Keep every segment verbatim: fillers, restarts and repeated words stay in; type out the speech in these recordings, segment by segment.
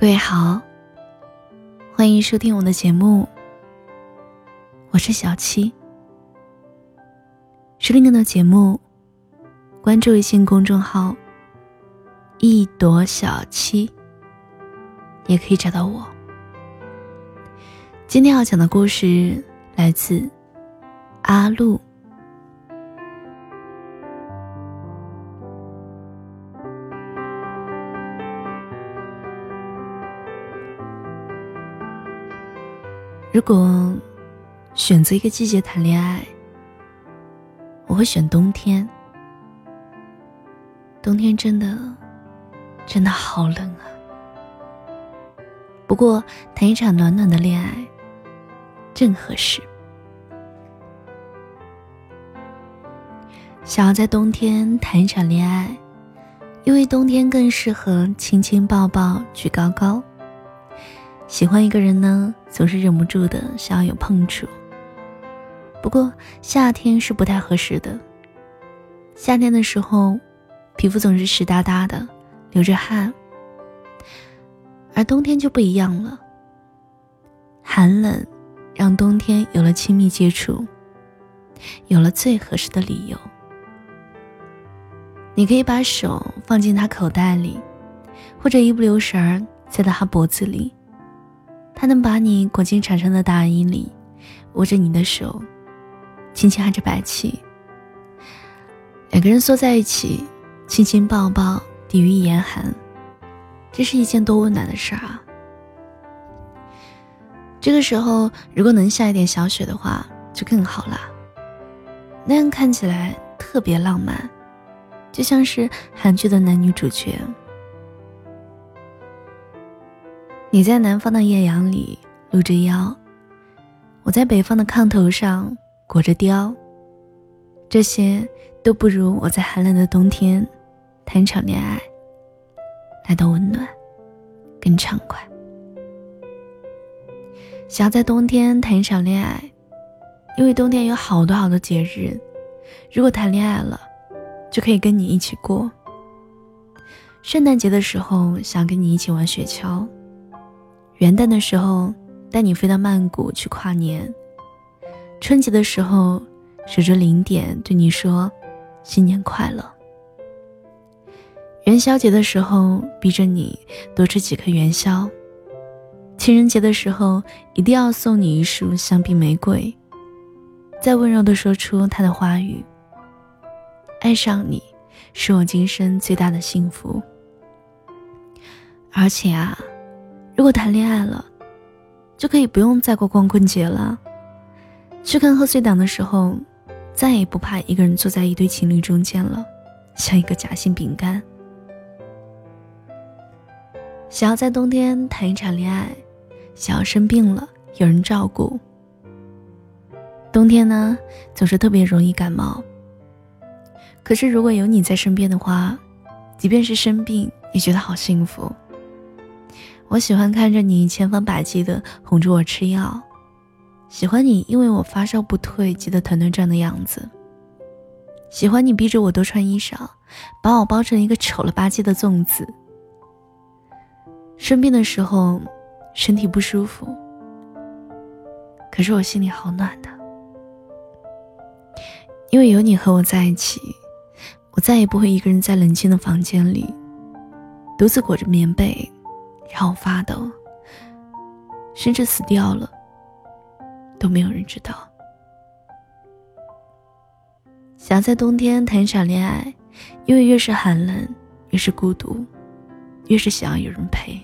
各位好，欢迎收听我的节目，我是小七。收听更多节目，关注微信公众号一朵小七，也可以找到我。今天要讲的故事来自阿路。如果选择一个季节谈恋爱，我会选冬天。冬天真的真的好冷啊。不过谈一场暖暖的恋爱正合适。想要在冬天谈一场恋爱，因为冬天更适合亲亲抱抱举高高。喜欢一个人呢，总是忍不住的想要有碰触。不过夏天是不太合适的。夏天的时候，皮肤总是湿哒哒的，流着汗。而冬天就不一样了。寒冷让冬天有了亲密接触，有了最合适的理由。你可以把手放进他口袋里，或者一不留神儿塞到他脖子里。他能把你裹进长长的大衣里，握着你的手，轻轻含着白气。两个人缩在一起，亲亲抱抱，抵御严寒，这是一件多温暖的事啊！这个时候，如果能下一点小雪的话，就更好了。那样看起来特别浪漫，就像是韩剧的男女主角。你在南方的艳阳里露着腰，我在北方的炕头上裹着貂，这些都不如我在寒冷的冬天谈场恋爱来的温暖更畅快。想要在冬天谈一场恋爱，因为冬天有好多好多节日，如果谈恋爱了就可以跟你一起过。圣诞节的时候想跟你一起玩雪橇，元旦的时候带你飞到曼谷去跨年，春节的时候守着零点对你说新年快乐，元宵节的时候逼着你多吃几颗元宵，情人节的时候一定要送你一束香槟玫瑰，再温柔地说出他的花语，爱上你是我今生最大的幸福。而且啊，如果谈恋爱了，就可以不用再过光棍节了。去看贺岁档的时候，再也不怕一个人坐在一堆情侣中间了，像一个夹心饼干。想要在冬天谈一场恋爱，想要生病了有人照顾。冬天呢，总是特别容易感冒。可是如果有你在身边的话，即便是生病也觉得好幸福。我喜欢看着你千方百计地哄着我吃药，喜欢你因为我发烧不退急得团团转的样子，喜欢你逼着我多穿衣裳，把我包成一个丑了吧唧的粽子。生病的时候身体不舒服，可是我心里好暖的，因为有你和我在一起，我再也不会一个人在冷清的房间里独自裹着棉被让我发抖，甚至死掉了都没有人知道。想要在冬天谈一场恋爱，因为越是寒冷越是孤独，越是想要有人陪。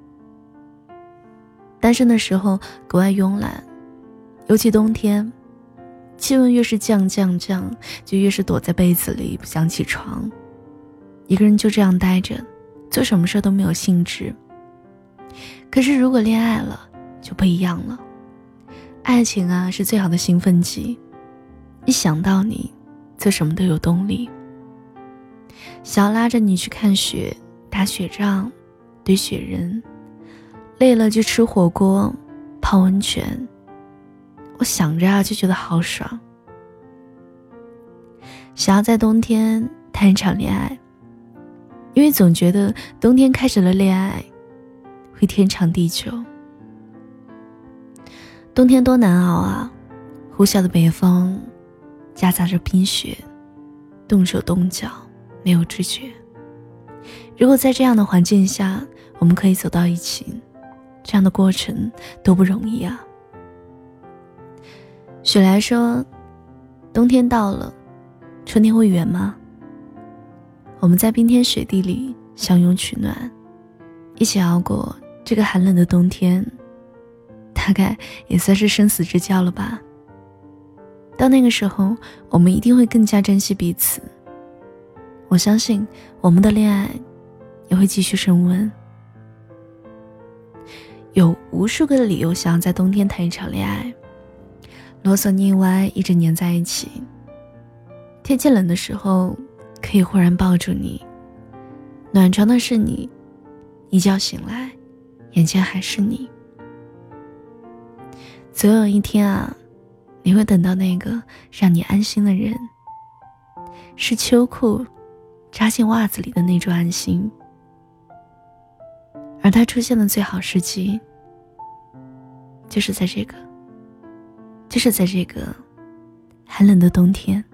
单身的时候格外慵懒，尤其冬天气温越是降降降，就越是躲在被子里不想起床，一个人就这样待着，做什么事都没有兴致。可是如果恋爱了就不一样了，爱情啊是最好的兴奋剂，一想到你做什么都有动力。想要拉着你去看雪，打雪仗，堆雪人，累了就吃火锅泡温泉，我想着啊就觉得好爽。想要在冬天谈一场恋爱，因为总觉得冬天开始了恋爱会天长地久。冬天多难熬啊，呼啸的北风夹杂着冰雪，冻手冻脚，没有知觉。如果在这样的环境下我们可以走到一起，这样的过程多不容易啊。雪莱说，冬天到了，春天会远吗？我们在冰天雪地里相拥取暖，一起熬过这个寒冷的冬天，大概也算是生死之交了吧。到那个时候，我们一定会更加珍惜彼此。我相信我们的恋爱也会继续升温。有无数个理由想要在冬天谈一场恋爱，啰嗦腻歪一直黏在一起。天气冷的时候可以忽然抱住你，暖床的是你，一觉醒来眼前还是你。总有一天啊，你会等到那个让你安心的人，是秋裤扎进袜子里的那种安心。而它出现的最好时机，就是在这个就是在这个寒冷的冬天。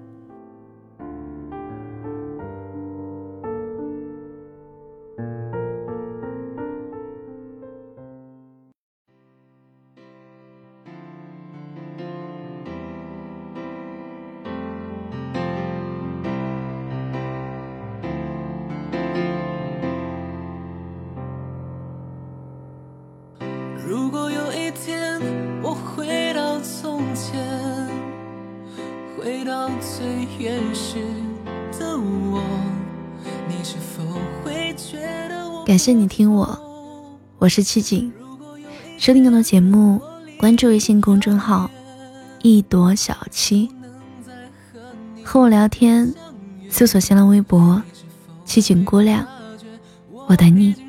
如果有一天我回到从前，回到最原始的我，你是否会觉得我？ 感谢你听我，我是七景。收听更多节目，关注微信公众号一朵小七，和我聊天，搜索新浪微博七景姑娘，我等你。